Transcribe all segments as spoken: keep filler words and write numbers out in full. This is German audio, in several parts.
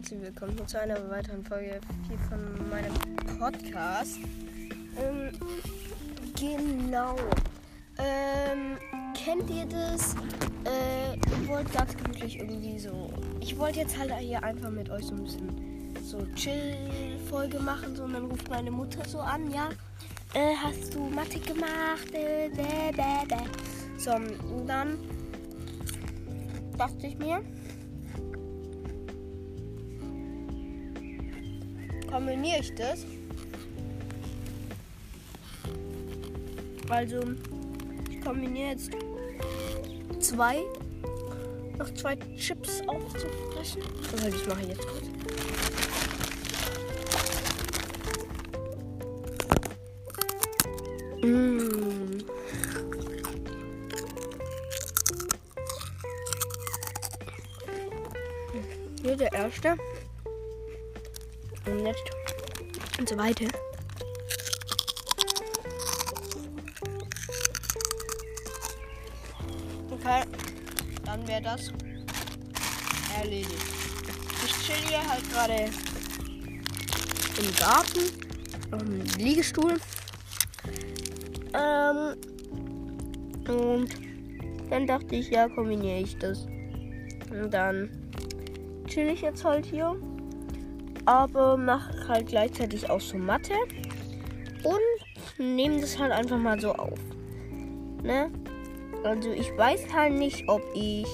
herzlich willkommen zu einer weiteren Folge hier von meinem Podcast. Ähm, genau. Ähm, kennt ihr das? Äh, ihr wollt ganz gemütlich irgendwie so. Ich wollte jetzt halt hier einfach mit euch so ein bisschen so Chill-Folge machen, so, und dann ruft meine Mutter so an, ja. Äh, hast du Mathe gemacht? Äh, bäh, bäh, bäh. So, und dann dachte ich mir, kombiniere ich das. Also, ich kombiniere jetzt zwei, noch zwei Chips aufzufressen. Also, das mache ich jetzt kurz. Mmh. Hier der erste. Und jetzt und so weiter. Okay, dann wäre das erledigt. Ich chill hier halt gerade im Garten, auf dem Liegestuhl. Ähm, und dann dachte ich, ja, kombiniere ich das. Und dann chill ich jetzt halt hier. Aber mache halt gleichzeitig auch so Mathe und nehme das halt einfach mal so auf. Ne? Also ich weiß halt nicht, ob ich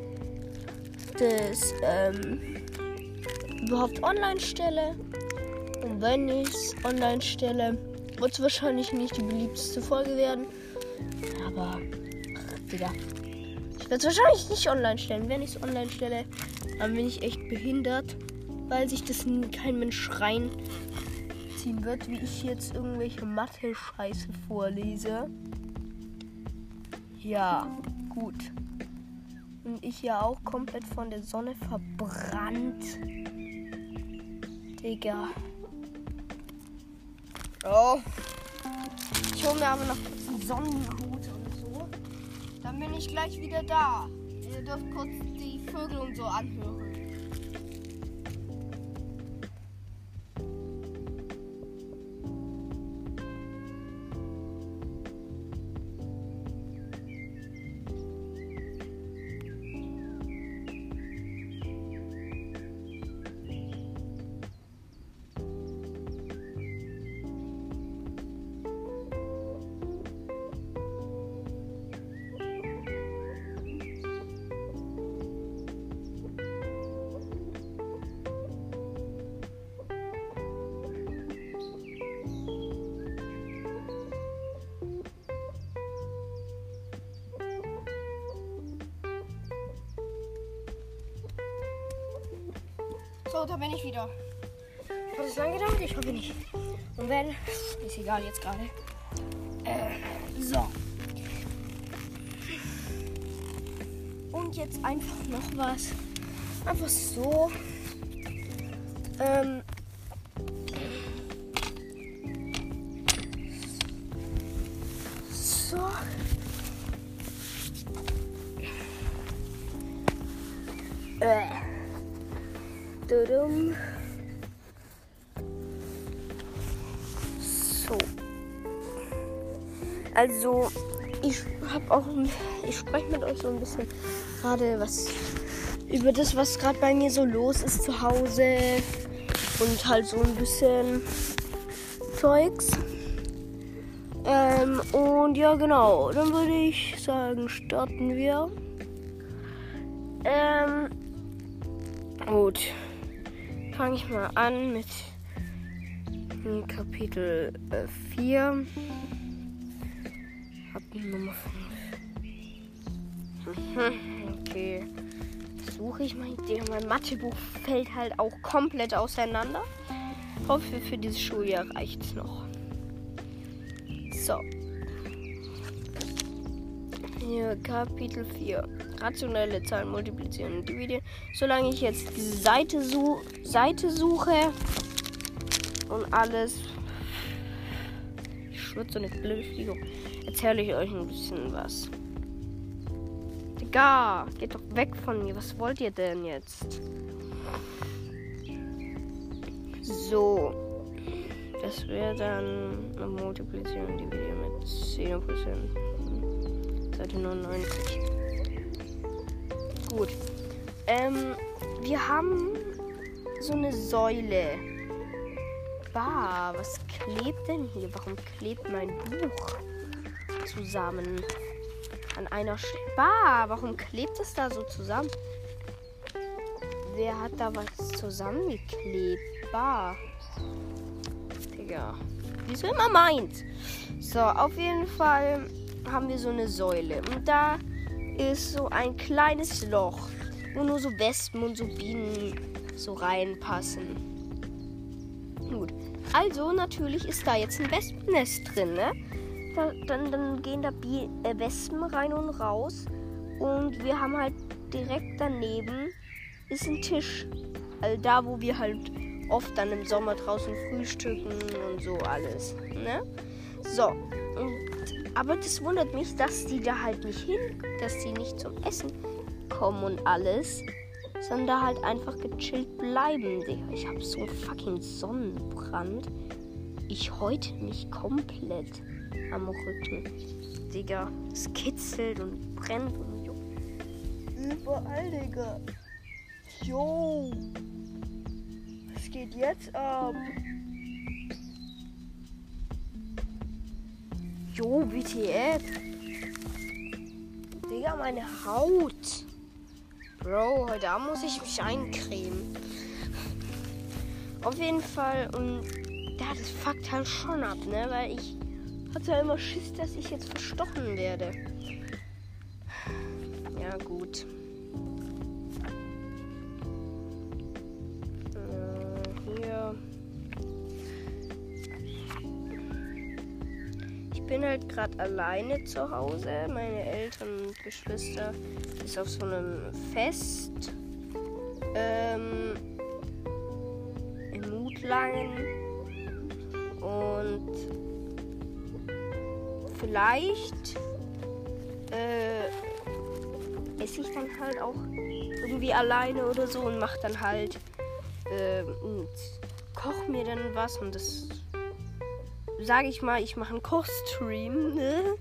das ähm, überhaupt online stelle. Und wenn ich es online stelle, wird es wahrscheinlich nicht die beliebteste Folge werden. Aber, ach, Digga. Ich werde es wahrscheinlich nicht online stellen. Wenn ich es online stelle, dann bin ich echt behindert. Weil sich das kein Mensch reinziehen wird, wie ich jetzt irgendwelche Mathe-Scheiße vorlese. Ja, gut. Und ich ja auch komplett von der Sonne verbrannt. Digga. Oh. Ich hole mir aber noch kurz einen Sonnenhut und so. Dann bin ich gleich wieder da. Ihr dürft kurz die Vögel und so anhören. So, da bin ich wieder. Hat es lang gedauert? Ich hoffe nicht. Und wenn, ist egal jetzt gerade. Äh, so. Und jetzt einfach noch was. Einfach so. Ähm. So. Äh. So. Also, ich habe auch, ich spreche mit euch so ein bisschen gerade was über das, was gerade bei mir so los ist zu Hause und halt so ein bisschen Zeugs. Ähm, und ja, genau. Dann würde ich sagen, starten wir. Ähm, gut. Fange ich mal an mit Kapitel äh, vier. Hab die Nummer fünf. Okay. Suche ich mal. Mein Mathebuch fällt halt auch komplett auseinander. Hoffe, für dieses Schuljahr reicht es noch. So. Hier, Kapitel vier. Rationelle Zahlen multiplizieren und dividieren. Solange ich jetzt diese Seite, su- Seite suche und alles. Ich schwitze so eine blöde Fliegung. Erzähle ich euch ein bisschen was. Digga, geht doch weg von mir. Was wollt ihr denn jetzt? So. Das wäre dann eine Multiplikation, die wir mit zehn Prozent. Seite neunundneunzig. Gut. Ähm, wir haben so eine Säule. Bah, was klebt denn hier? Warum klebt mein Buch zusammen? An einer Stelle. Bah, warum klebt es da so zusammen? Wer hat da was zusammengeklebt? Bah. Digga. Wie es immer meint. So, auf jeden Fall haben wir so eine Säule. Und da ist so ein kleines Loch, wo nur so Wespen und so Bienen so reinpassen. Gut. Also, natürlich ist da jetzt ein Wespennest drin, ne? Da, dann, dann gehen da Bi- äh, Wespen rein und raus. Und wir haben halt direkt daneben ist ein Tisch. Also da, wo wir halt oft dann im Sommer draußen frühstücken und so alles, ne? So. Und, aber das wundert mich, dass die da halt nicht hin, dass die nicht zum Essen kommen und alles, sondern da halt einfach gechillt bleiben, Digga. Ich hab so einen fucking Sonnenbrand. Ich häute mich komplett am Rücken. Digga, es kitzelt und brennt und juckt. Überall, Digga. Jo. Was geht jetzt ab? Jo, W T F. Digga, meine Haut. Bro, heute Abend muss ich mich eincremen. Auf jeden Fall. Und ja, das fuckt halt schon ab, ne? Weil ich hatte ja immer Schiss, dass ich jetzt verstochen werde. Ja, gut. Äh, hier. Ich bin halt gerade alleine zu Hause. Meine Eltern und Geschwister ist auf so einem Fest. Ähm, in Mutlangen. Und vielleicht äh, esse ich dann halt auch irgendwie alleine oder so und mach dann halt äh, und koch mir dann was und das sage ich mal, ich mache einen Kochstream, ne?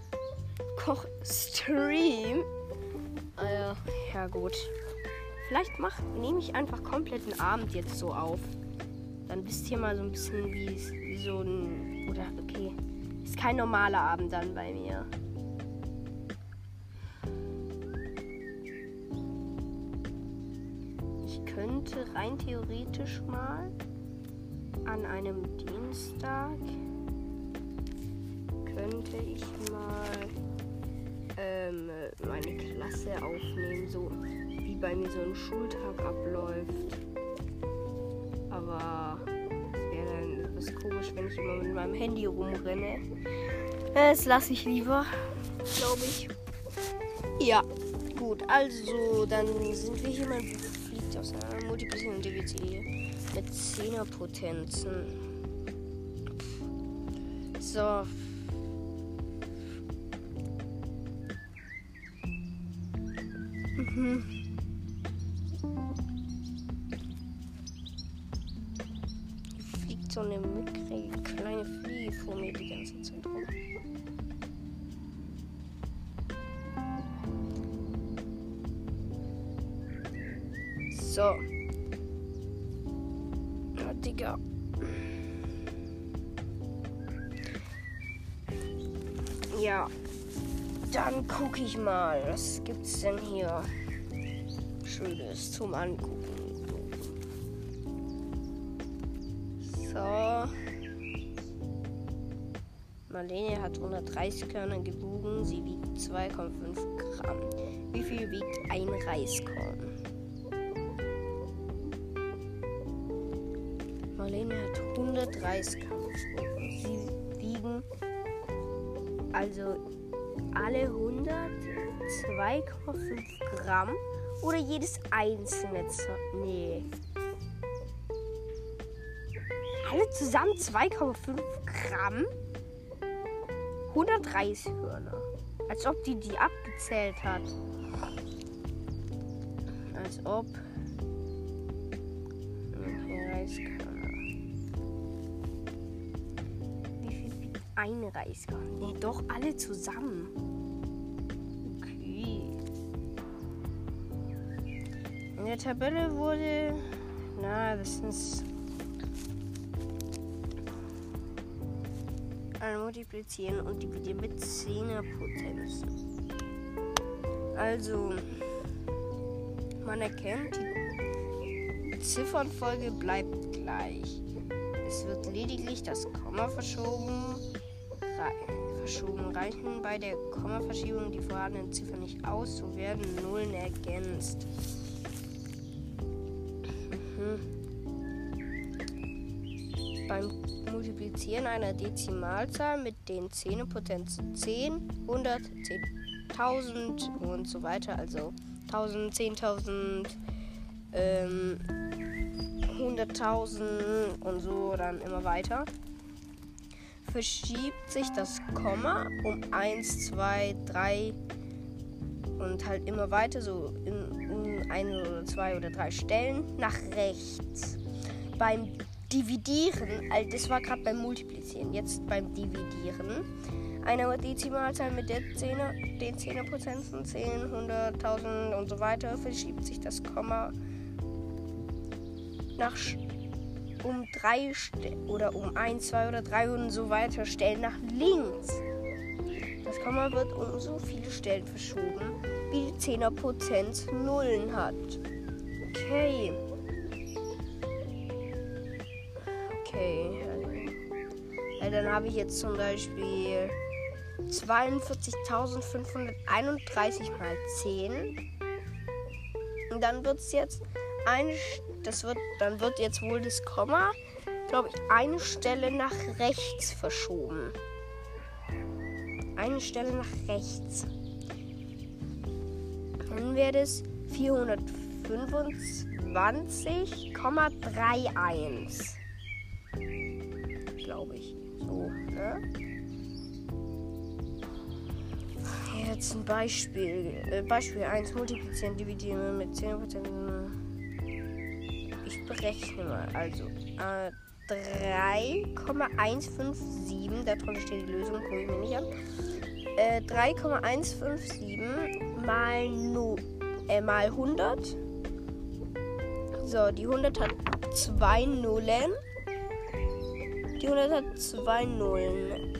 Kochstream. Äh, ja gut. Vielleicht mach, nehme ich einfach komplett den Abend jetzt so auf. Dann wisst ihr mal so ein bisschen wie, wie so ein, oder okay, ist kein normaler Abend dann bei mir. Ich könnte rein theoretisch mal an einem Dienstag könnte ich mal ähm, meine Klasse aufnehmen, so wie bei mir so ein Schultag abläuft. Aber es wäre dann etwas komisch, wenn ich immer mit meinem Handy rumrenne. Das lasse ich lieber, glaube ich. Ja, gut. Also, dann sind wir hier. Mein Buch fliegt aus einer Multiplikation D W C mit Zehnerpotenzen. So. Mhm. So eine mickrige kleine Fliege vor mir die ganze Zeit rum. So. Ja, Digga. Ja. Dann gucke ich mal, was gibt's denn hier Schönes zum Angucken. So. Marlene hat hundertdreißig Körner gewogen. Sie wiegt zwei Komma fünf Gramm. Wie viel wiegt ein Reiskorn? Marlene hat hundertdreißig Körner gewogen. Sie wiegen also alle hundert zwei Komma fünf Gramm oder jedes einzelne. Nee. Alle zusammen zwei Komma fünf Gramm? hundertdreißig Hörner. Als ob die die abgezählt hat. Als ob. Okay, Reiskörner. ein Reiskorn. Nee, doch alle zusammen. Okay. In der Tabelle wurde... Na, das ist... multiplizieren und dividieren mit Zehnerpotenz. Also, man erkennt, die Ziffernfolge bleibt gleich. Es wird lediglich das Komma verschoben. Re- verschoben reichen bei der Kommaverschiebung die vorhandenen Ziffern nicht aus, so werden Nullen ergänzt. Mhm. Beim Multiplizieren einer Dezimalzahl mit den Zehnerpotenzen zehn, hundert, zehntausend und so weiter, also tausend, zehntausend, ähm, hunderttausend und so dann immer weiter, verschiebt sich das Komma um eins, zwei, drei und halt immer weiter, so in, um ein oder zwei oder drei Stellen nach rechts. Beim Dividieren, also das war gerade beim Multiplizieren, jetzt beim Dividieren einer Dezimalzahl mit der Zehner, den Zehnerpotenzen zehn, hundert, tausend und so weiter, verschiebt sich das Komma nach um drei St- oder um eins, zwei oder drei und so weiter Stellen nach links. Das Komma wird um so viele Stellen verschoben, wie die Zehnerpotenz Nullen hat. Okay. Okay, also, dann habe ich jetzt zum Beispiel zweiundvierzigtausendfünfhunderteinunddreißig mal zehn. Und dann wird es jetzt eine, das wird, dann wird jetzt wohl das Komma, glaube ich, eine Stelle nach rechts verschoben. Eine Stelle nach rechts. Dann wäre es vierhundertfünfundzwanzig Komma einunddreißig. Glaube ich. So, ne? Jetzt ein Beispiel. Äh, Beispiel eins. Multiplizieren, dividieren mit zehn Prozent. Ich berechne mal. Also, äh, drei Komma hundertfünfundfünfzig. Darunter steht die Lösung. Gucke ich mir nicht an. Äh, drei Komma hundertfünfundfünfzig mal, no, äh, mal hundert. So, die hundert hat zwei Nullen. Die hundert hat zwei Nullen.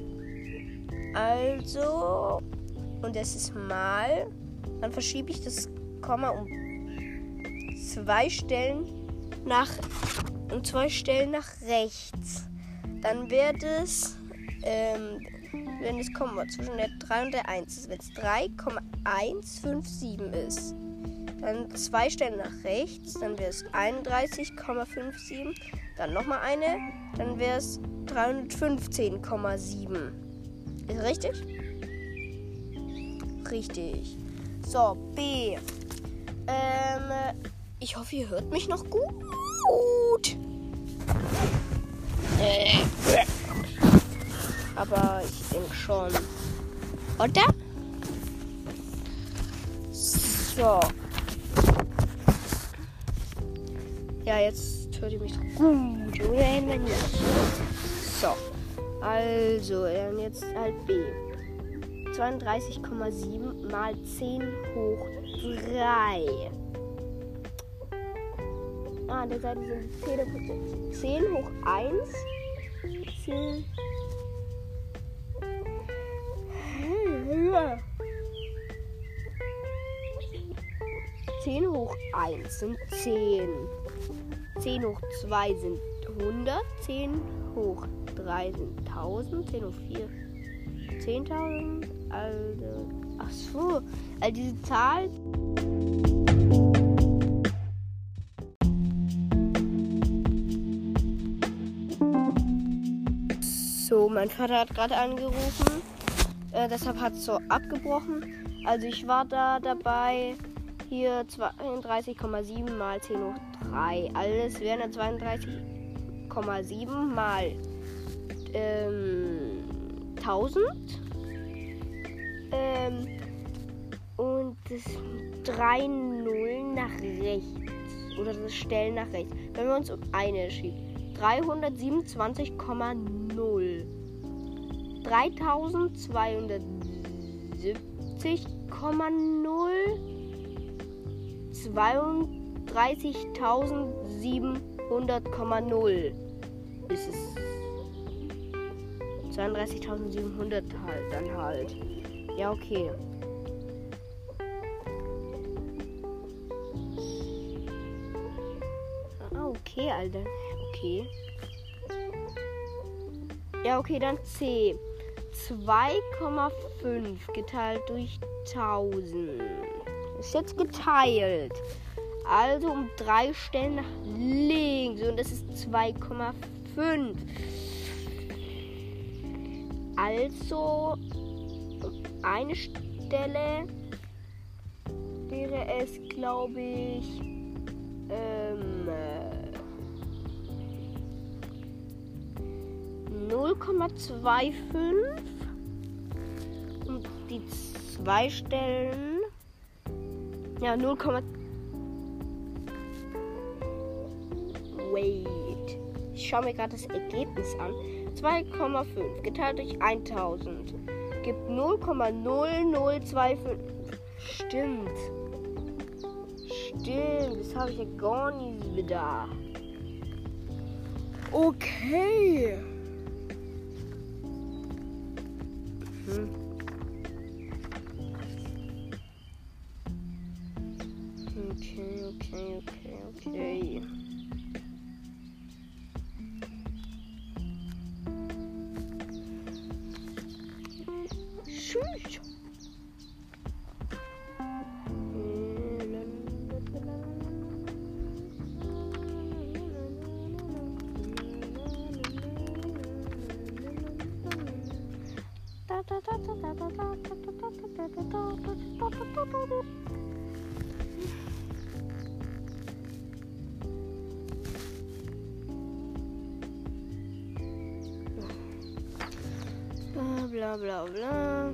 Also, und das ist mal, dann verschiebe ich das Komma um zwei Stellen nach, um zwei Stellen nach rechts. Dann wird es, ähm, wenn das Komma zwischen der drei und der eins ist, wenn es drei Komma hundertfünfundfünfzig ist, dann zwei Stellen nach rechts, dann wäre es einunddreißig Komma siebenundfünfzig, dann nochmal eine, dann wäre es dreihundertfünfzehn Komma sieben. Ist richtig? Richtig. So, B. Ähm, ich hoffe, ihr hört mich noch gut. Äh. Aber ich denke schon. Oder? So. Ja, jetzt hört ihr mich doch gut. Oder immer nicht. So. Also, jetzt halt B. zweiunddreißig Komma sieben mal zehn hoch drei. Ah, an der Seite sind die Zehnerpotenzen. zehn hoch eins. zehn. zehn hoch eins sind zehn. zehn hoch zwei sind hundert. zehn hoch drei sind tausend. zehn hoch vier zehntausend. Also, ach so. Also diese Zahl. So, mein Vater hat gerade angerufen. Äh, deshalb hat es so abgebrochen. Also ich war da dabei. Hier zweiunddreißig Komma sieben mal zehn hoch drei. Alles wären dann zweiunddreißig Komma sieben mal ähm, tausend. Ähm, und das drei Nullen nach rechts. Oder das Stellen nach rechts. Wenn wir uns um eine schieben. dreihundertsiebenundzwanzig Komma null. dreitausendzweihundertsiebzig Komma null, zweiunddreißigtausendsiebenhundert Komma null ist es. zweiunddreißigtausendsiebenhundert halt, dann halt. Ja, okay. Ah, okay, Alter. Okay. Ja, okay, dann C. zwei Komma fünf geteilt durch tausend. Ist jetzt geteilt. Also um drei Stellen nach links. Und das ist zwei Komma fünf. Also um eine Stelle wäre es, glaube ich, ähm, null Komma fünfundzwanzig. Und die zwei Stellen, ja, null, wait. Ich schaue mir gerade das Ergebnis an. zwei Komma fünf geteilt durch tausend gibt null Komma null null zwei fünf. Stimmt. Stimmt, das habe ich ja gar nicht wieder. Okay. Hm. Okay, okay, okay, okay. Tschüss. Bla bla bla.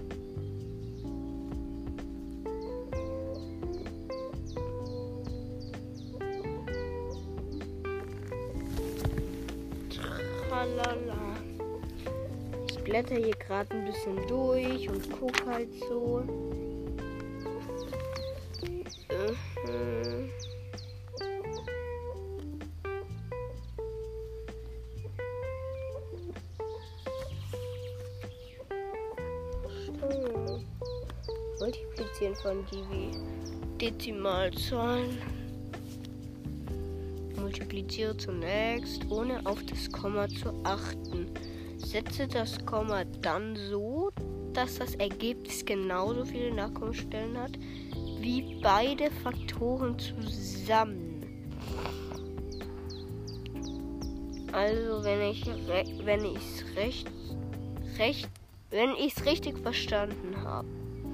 Tralala. Ich blätter hier gerade ein bisschen durch und guck halt so. Mhm. Multiplizieren von Divi. Dezimalzahlen. Multipliziere zunächst, ohne auf das Komma zu achten. Setze das Komma dann so, dass das Ergebnis genauso viele Nachkommastellen hat, wie beide Faktoren zusammen. Also wenn ich wenn ich es recht recht wenn ich es richtig verstanden habe,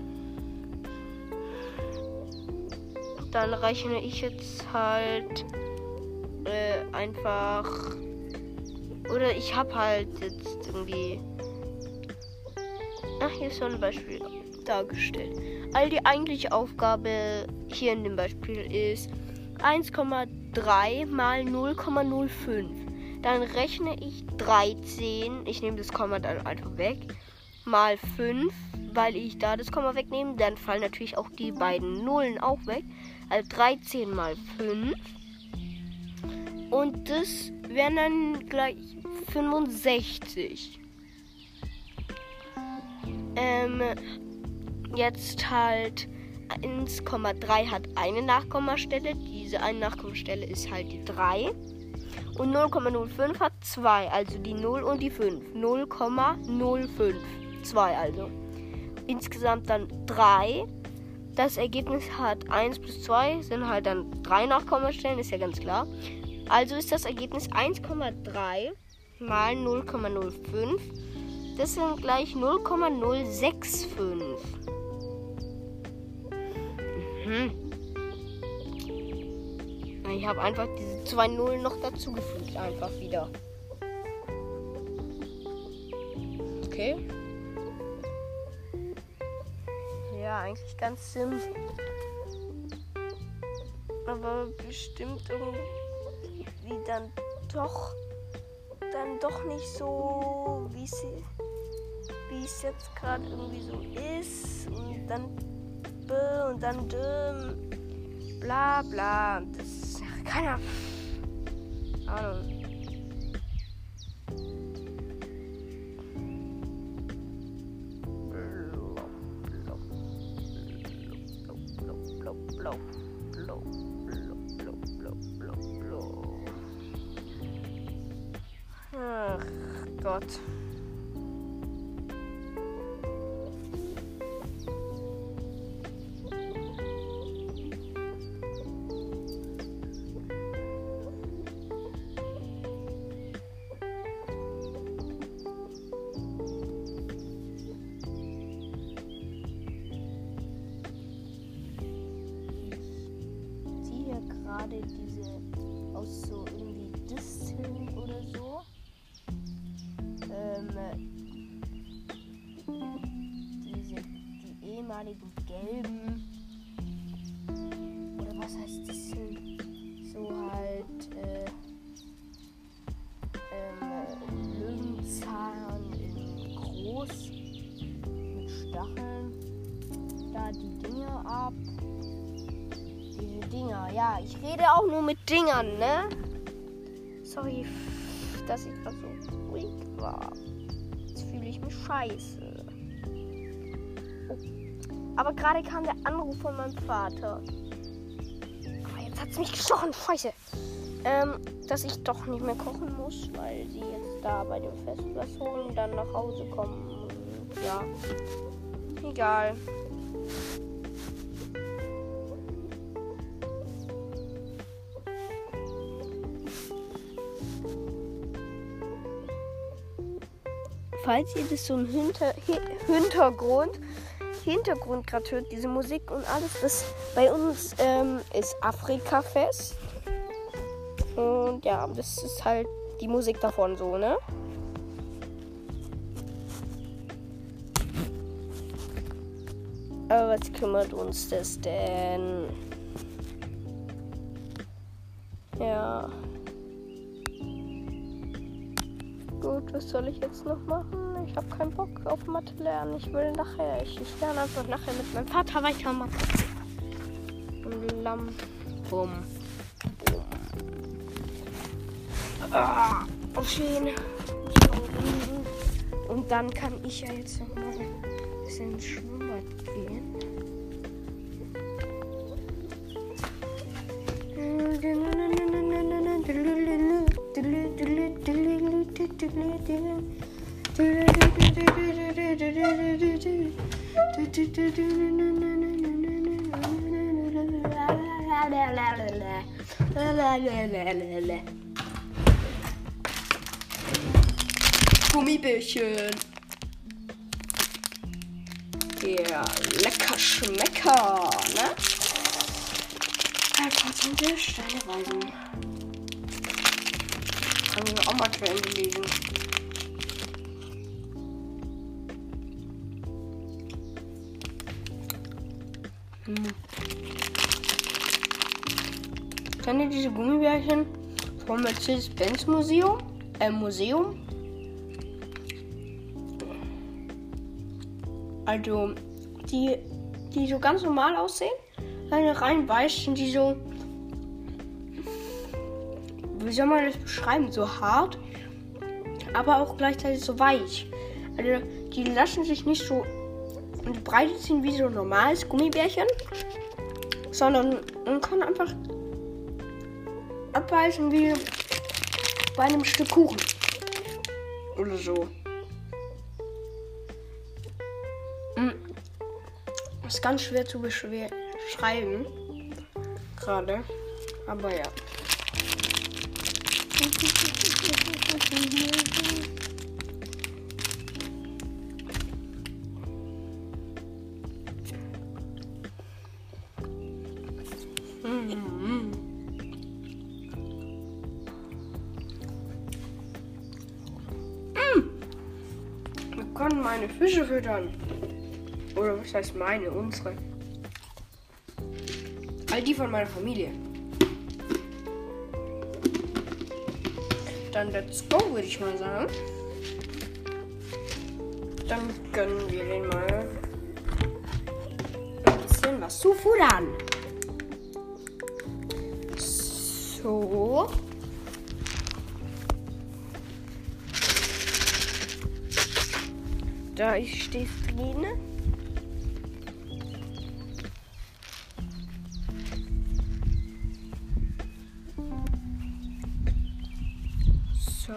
dann rechne ich jetzt halt äh, einfach, oder ich habe halt jetzt irgendwie, ach, hier ist so ein Beispiel dargestellt. Also die eigentliche Aufgabe hier in dem Beispiel ist eins Komma drei mal null Komma null fünf. Dann rechne ich dreizehn, ich nehme das Komma dann einfach weg, mal fünf, weil ich da das Komma wegnehme, dann fallen natürlich auch die beiden Nullen auch weg. Also dreizehn mal fünf. Und das wären dann gleich fünfundsechzig. Ähm, jetzt halt eins Komma drei hat eine Nachkommastelle. Diese eine Nachkommastelle ist halt die drei. Und null Komma null fünf hat zwei, also die null und die fünf. null Komma null fünf. zwei also. Insgesamt dann drei. Das Ergebnis hat eins plus zwei, sind halt dann drei Nachkommastellen, ist ja ganz klar. Also ist das Ergebnis eins Komma drei mal null Komma null fünf. Das sind gleich null Komma null sechs fünf. Mhm. Ich habe einfach diese zwei Nullen noch dazugefügt, einfach wieder. Okay. Ja, eigentlich ganz simpel. Aber bestimmt irgendwie dann doch, dann doch nicht so, wie sie, wie es jetzt gerade irgendwie so ist. Und dann B und dann D. Bla bla. Und das ist ja keine Ahnung. Ach Gott. Gerade diese aus so irgendwie Disteln oder so. Ähm, diese, die ehemaligen gelben. Oder was heißt Disteln? So halt, äh, ähm, Löwenzahn in groß. Mit Stacheln. Da die Dinge ab. Dinger, ja, ich rede auch nur mit Dingern, ne? Sorry, dass ich gerade so ruhig war. Jetzt fühle ich mich scheiße. Oh. Aber gerade kam der Anruf von meinem Vater. Aber jetzt hat es mich gestochen, scheiße. Ähm, dass ich doch nicht mehr kochen muss, weil sie jetzt da bei dem Fest was holen und dann nach Hause kommen. Und ja, egal. Falls ihr das so im Hinter- Hintergrund, Hintergrund gerade hört, diese Musik und alles, das bei uns ähm, ist Afrika-Fest. Und ja, das ist halt die Musik davon so, ne? Aber was kümmert uns das denn? Ja. Gut, was soll ich jetzt noch machen? Ich habe keinen Bock auf Mathe lernen. Ich will nachher, ich, ich lerne einfach nachher mit meinem Vater weitermachen. Und Lam, bum, bum. Ah, aufstehen. Und dann kann ich ja jetzt noch mal ein bisschen ins Schwimmbad gehen. Gummibärchen. Ja, lecker Schmecker, ne? Einfach zum Tisch, deine Weisen. Kann ich auch mal zu Ende lesen. Hm. Kennt ihr diese Gummibärchen vom Mercedes-Benz Museum? Äh, Museum? Also, die, die so ganz normal aussehen, wenn du reinbeißt, sind die so, wie soll man das beschreiben, so hart, aber auch gleichzeitig so weich. Also, die lassen sich nicht so in die Breite ziehen wie so ein normales Gummibärchen, sondern man kann einfach abbeißen wie bei einem Stück Kuchen oder so. Ist ganz schwer zu beschreiben gerade, aber ja. Mm-hmm. Mm. Wir können meine Fische füttern. Oder was heißt meine? Unsere. All die von meiner Familie. Dann let's go, würde ich mal sagen. dann gönnen wir den mal ein bisschen was zu futtern. So. Da steht drin. So.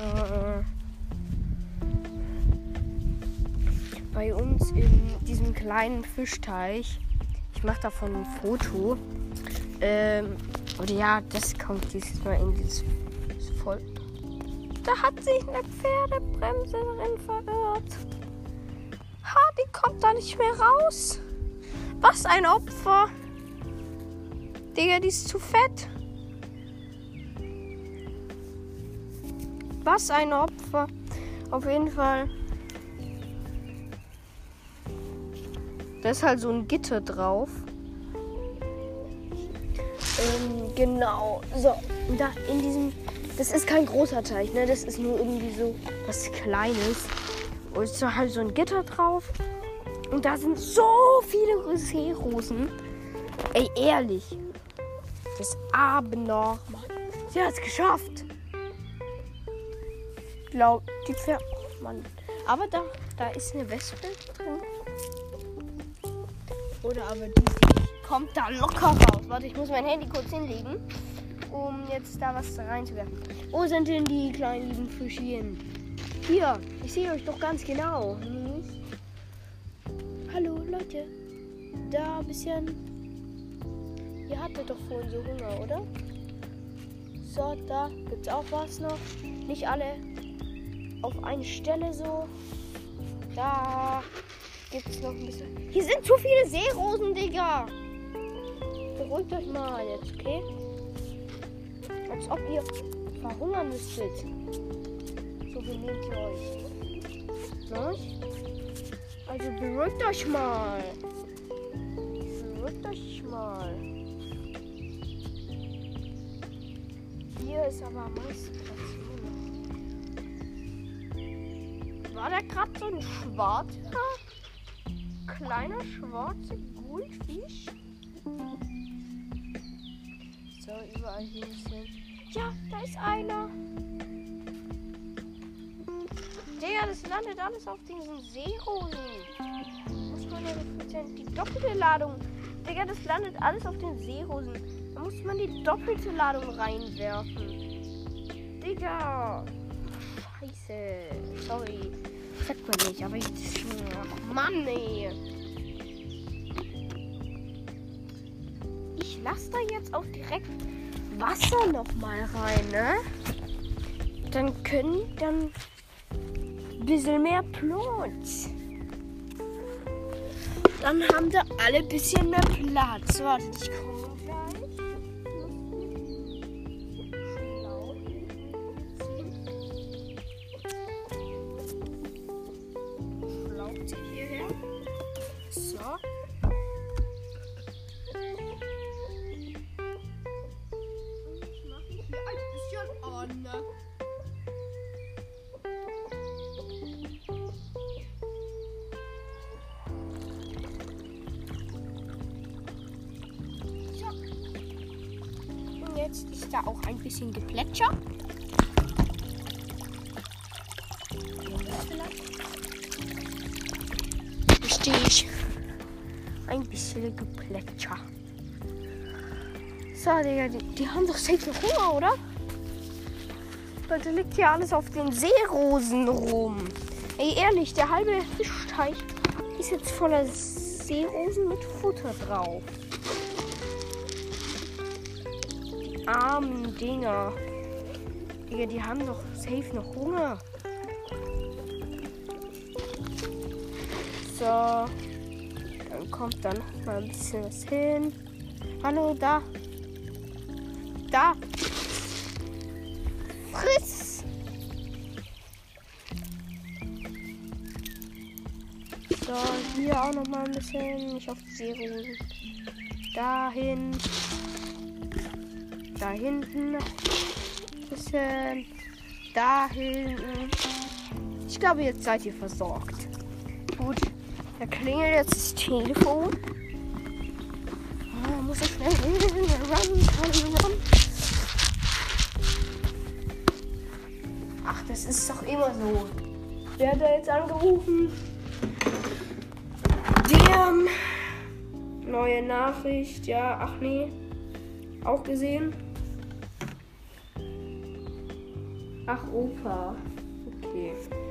Bei uns in diesem kleinen Fischteich. Ich mache davon ein Foto. Ähm, oder ja, das kommt dieses Mal in dieses voll. Da hat sich eine Pferdebremse drin verirrt. Ha, die kommt da nicht mehr raus. Was ein Opfer. Digga, die ist zu fett. Was ein Opfer. Auf jeden Fall. Da ist halt so ein Gitter drauf. Ähm, genau. So, da in diesem. Das ist kein großer Teich, ne? Das ist nur irgendwie so was Kleines. Und es ist halt so ein Gitter drauf. Und da sind so viele Seerosen. Ey, ehrlich. Das Abendnormal. Sie hat es geschafft. Glaub, die Pferde. Oh Mann. Aber da, da ist eine Wespe drin. Oder aber die kommt da locker raus. Warte, ich muss mein Handy kurz hinlegen, um jetzt da was reinzuwerfen. Wo sind denn die kleinen lieben Fischchen? Hier, ich sehe euch doch ganz genau. Hm. Hallo Leute, da ein bisschen. Ihr hattet doch vorhin so Hunger, oder? So, da gibt's auch was noch. Nicht alle auf eine Stelle so. Da gibt's noch ein bisschen. Hier sind zu viele Seerosen, Digga. Beruhigt euch mal jetzt, okay? Als ob ihr verhungern müsstet. So benehmt ihr euch. Ne? Also beruhigt euch mal. Beruhigt euch mal. Hier ist aber am meisten Platz. War da gerade so ein schwarzer, kleiner schwarzer Goldfisch? So, überall hier ist hin. Ja, da ist einer. Digga, das landet alles auf diesen Seerosen. Muss man ja die doppelte Ladung. Digga, das landet alles auf den Seerosen. Da muss man die doppelte Ladung reinwerfen. Digga. Scheiße. Sorry. Sagt man nicht, aber jetzt schon. Ach Mann, ey. Ich lasse da jetzt auch direkt Wasser noch mal rein, ne? Dann können dann ein bisschen mehr Platz. Dann haben da alle ein bisschen mehr Platz. Warte, ich komme gleich. Schlaucht hierher. So. Ich mache hier ein bisschen an. Jetzt ist da auch ein bisschen Geplätscher. Verstehe ich. Ein bisschen Geplätscher. So, Digga, die, die haben doch safe noch Hunger, oder? Leute, liegt hier alles auf den Seerosen rum. Ey, ehrlich, der halbe Fischteich ist jetzt voller Seerosen mit Futter drauf. Armen Dinger. Digga, die haben doch safe noch Hunger. So. Dann kommt dann noch mal ein bisschen was hin. Hallo, da. Da. Friss. So, hier auch noch mal ein bisschen. Nicht auf die Seerosen. Dahin. Da hinten. Bisschen. Da hinten. Ich glaube, jetzt seid ihr versorgt. Gut. Da klingelt jetzt das Telefon. Oh, muss ich schnell run, run, run. Ach, das ist doch immer so. Wer hat da jetzt angerufen? Der neue Nachricht. Ja, ach nee. Auch gesehen. Ach, Opa. Okay.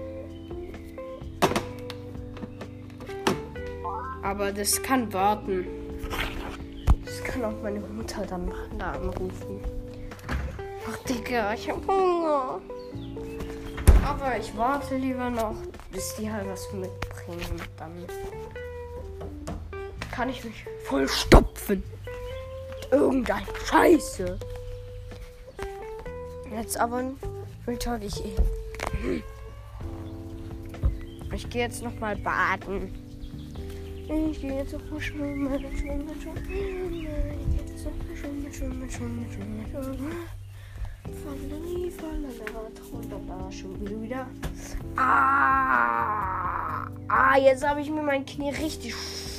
Aber das kann warten. Das kann auch meine Mutter dann da anrufen. Ach, Digga, ich hab Hunger. Aber ich warte lieber noch, bis die halt was mitbringen. Dann kann ich mich voll stopfen. Mit irgendein Scheiße. Jetzt aber mittag ich eh. Ich gehe jetzt noch mal baden. Ich gehe jetzt noch mal schwimmen, schwimmen, schwimmen. Ich gehe jetzt noch mal schwimmen, schwimmen, schwimmen, schwimmen, schwimmen. Falali, falala, trolala, schon wieder. Ah, ah, jetzt habe ich mir mein Knie richtig.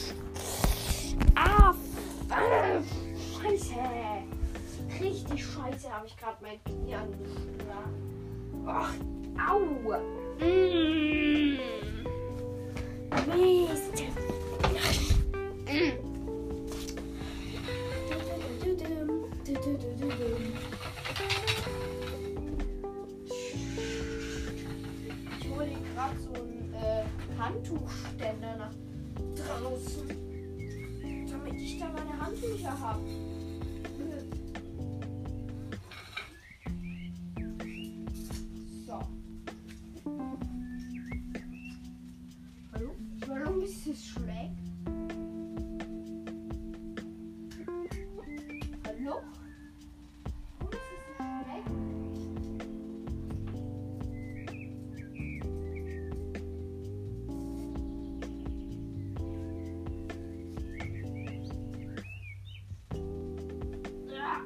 Ah, ah, scheiße. Richtig scheiße habe ich gerade mein Knie angeschlagen. Ach, au. Mm. Mist. Ich hole gerade so einen äh, Handtuchständer nach draußen, damit ich da meine Handtücher habe. So. Hallo? Warum ist es schlecht? Hallo? Warum ist es so schlecht? Ja.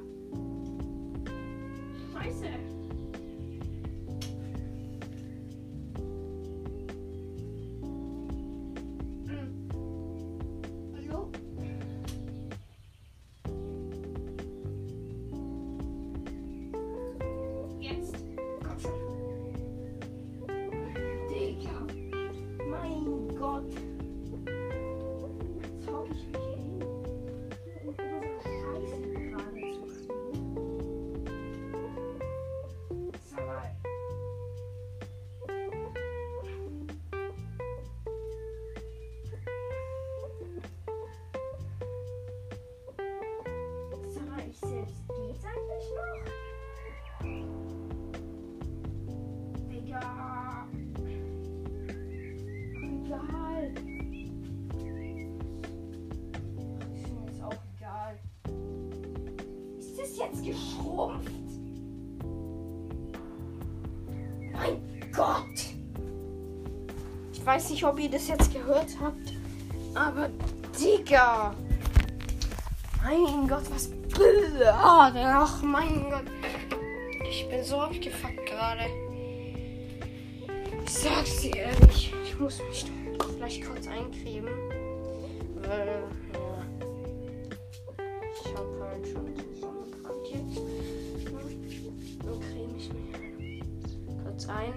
Scheiße. Selbst geht's eigentlich noch? Digga. Egal. Ist mir jetzt auch egal. Ist das jetzt geschrumpft? Mein Gott. Ich weiß nicht, ob ihr das jetzt gehört habt, aber Digga. Mein Gott, was... Ach, mein Gott. Ich bin so abgefuckt gerade. Ich sag's dir ehrlich. Ich muss mich vielleicht kurz eincremen. Weil, ja. Ich hab halt schon zusammengekramt jetzt. Dann creme ich mich kurz ein.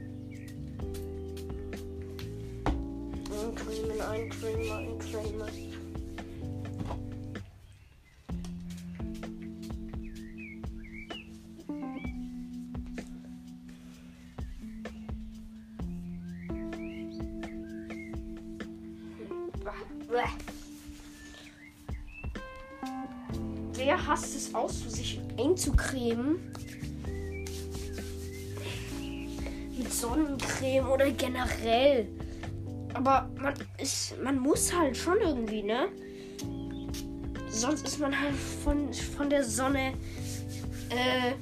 Eincremen, eincremen, eincremen. Wer hasst es aus, so sich einzucremen? Mit Sonnencreme oder generell. Aber man ist, man muss halt schon irgendwie, ne? Sonst ist man halt von, von der Sonne, äh,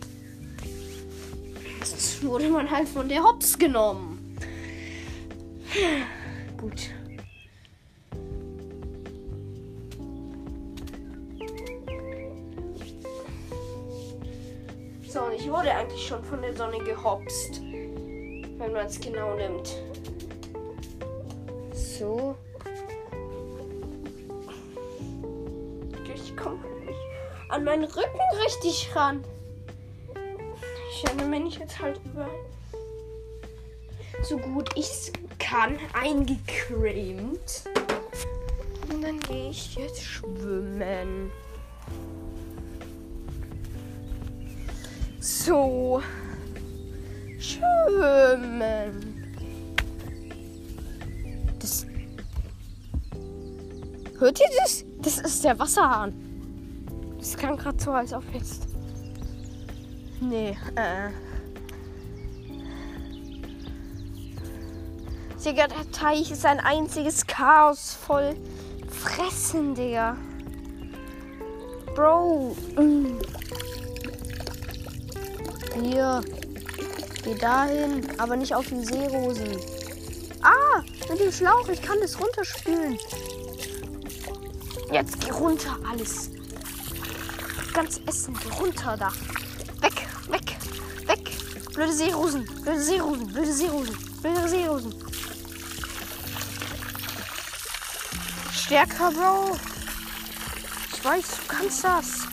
sonst wurde man halt von der Hops genommen. Gut. So, und ich wurde eigentlich schon von der Sonne gehopst, wenn man es genau nimmt. So. so. Ich komme nicht an meinen Rücken richtig ran. Ich erinnere mich jetzt halt überall. So gut ich kann, eingecremt. Und dann gehe ich jetzt schwimmen. So. Schwimmen. Das. Hört ihr das? Das ist der Wasserhahn. Das klang gerade so, als ob jetzt. Nee, äh. Digga, der Teich ist ein einziges Chaos voll Fressen, Digga. Bro. Mm. Hier. Geh dahin, aber nicht auf die Seerosen. Ah, mit dem Schlauch, ich kann das runterspülen. Jetzt geh runter, alles. Ganz Essen, geh runter da. Weg, weg, weg. Blöde Seerosen, blöde Seerosen, blöde Seerosen, blöde Seerosen. Stärker, Bro. Ich weiß, du kannst das.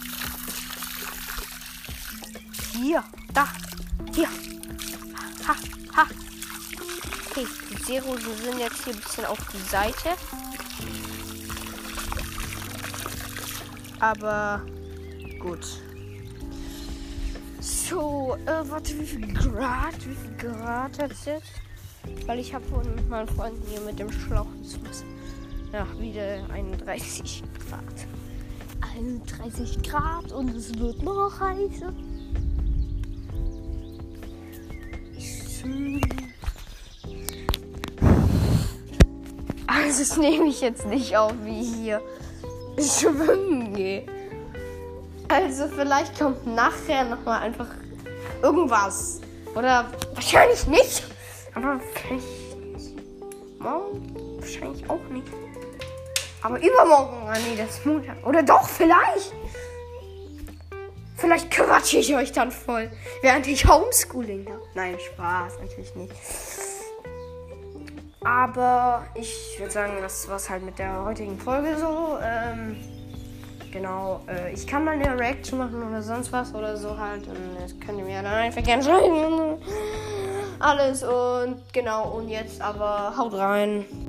Hier, da, hier. Ha, ha. Okay, die Seerosen sind jetzt hier ein bisschen auf die Seite. Aber gut. So, äh, warte, wie viel Grad? Wie viel Grad hat es jetzt? Weil ich habe vorhin mit meinen Freunden hier mit dem Schlauch was. Ja, wieder einunddreißig Grad. einunddreißig Grad und es wird noch heißer. Also das nehme ich jetzt nicht auf, wie ich hier schwimmen gehe. Also vielleicht kommt nachher nochmal einfach irgendwas. Oder wahrscheinlich nicht. Aber vielleicht morgen wahrscheinlich auch nicht. Aber übermorgen, ah nee, das ist Montag. Oder doch, vielleicht. Vielleicht quatsche ich euch dann voll, während ich Homeschooling habe. Nein, Spaß, natürlich nicht. Aber ich würde sagen, das war's halt mit der heutigen Folge so. Ähm, genau, äh, ich kann mal eine Reaction machen oder sonst was oder so halt. Und das könnt ihr mir dann einfach gerne schreiben. Alles und genau, und jetzt aber haut rein.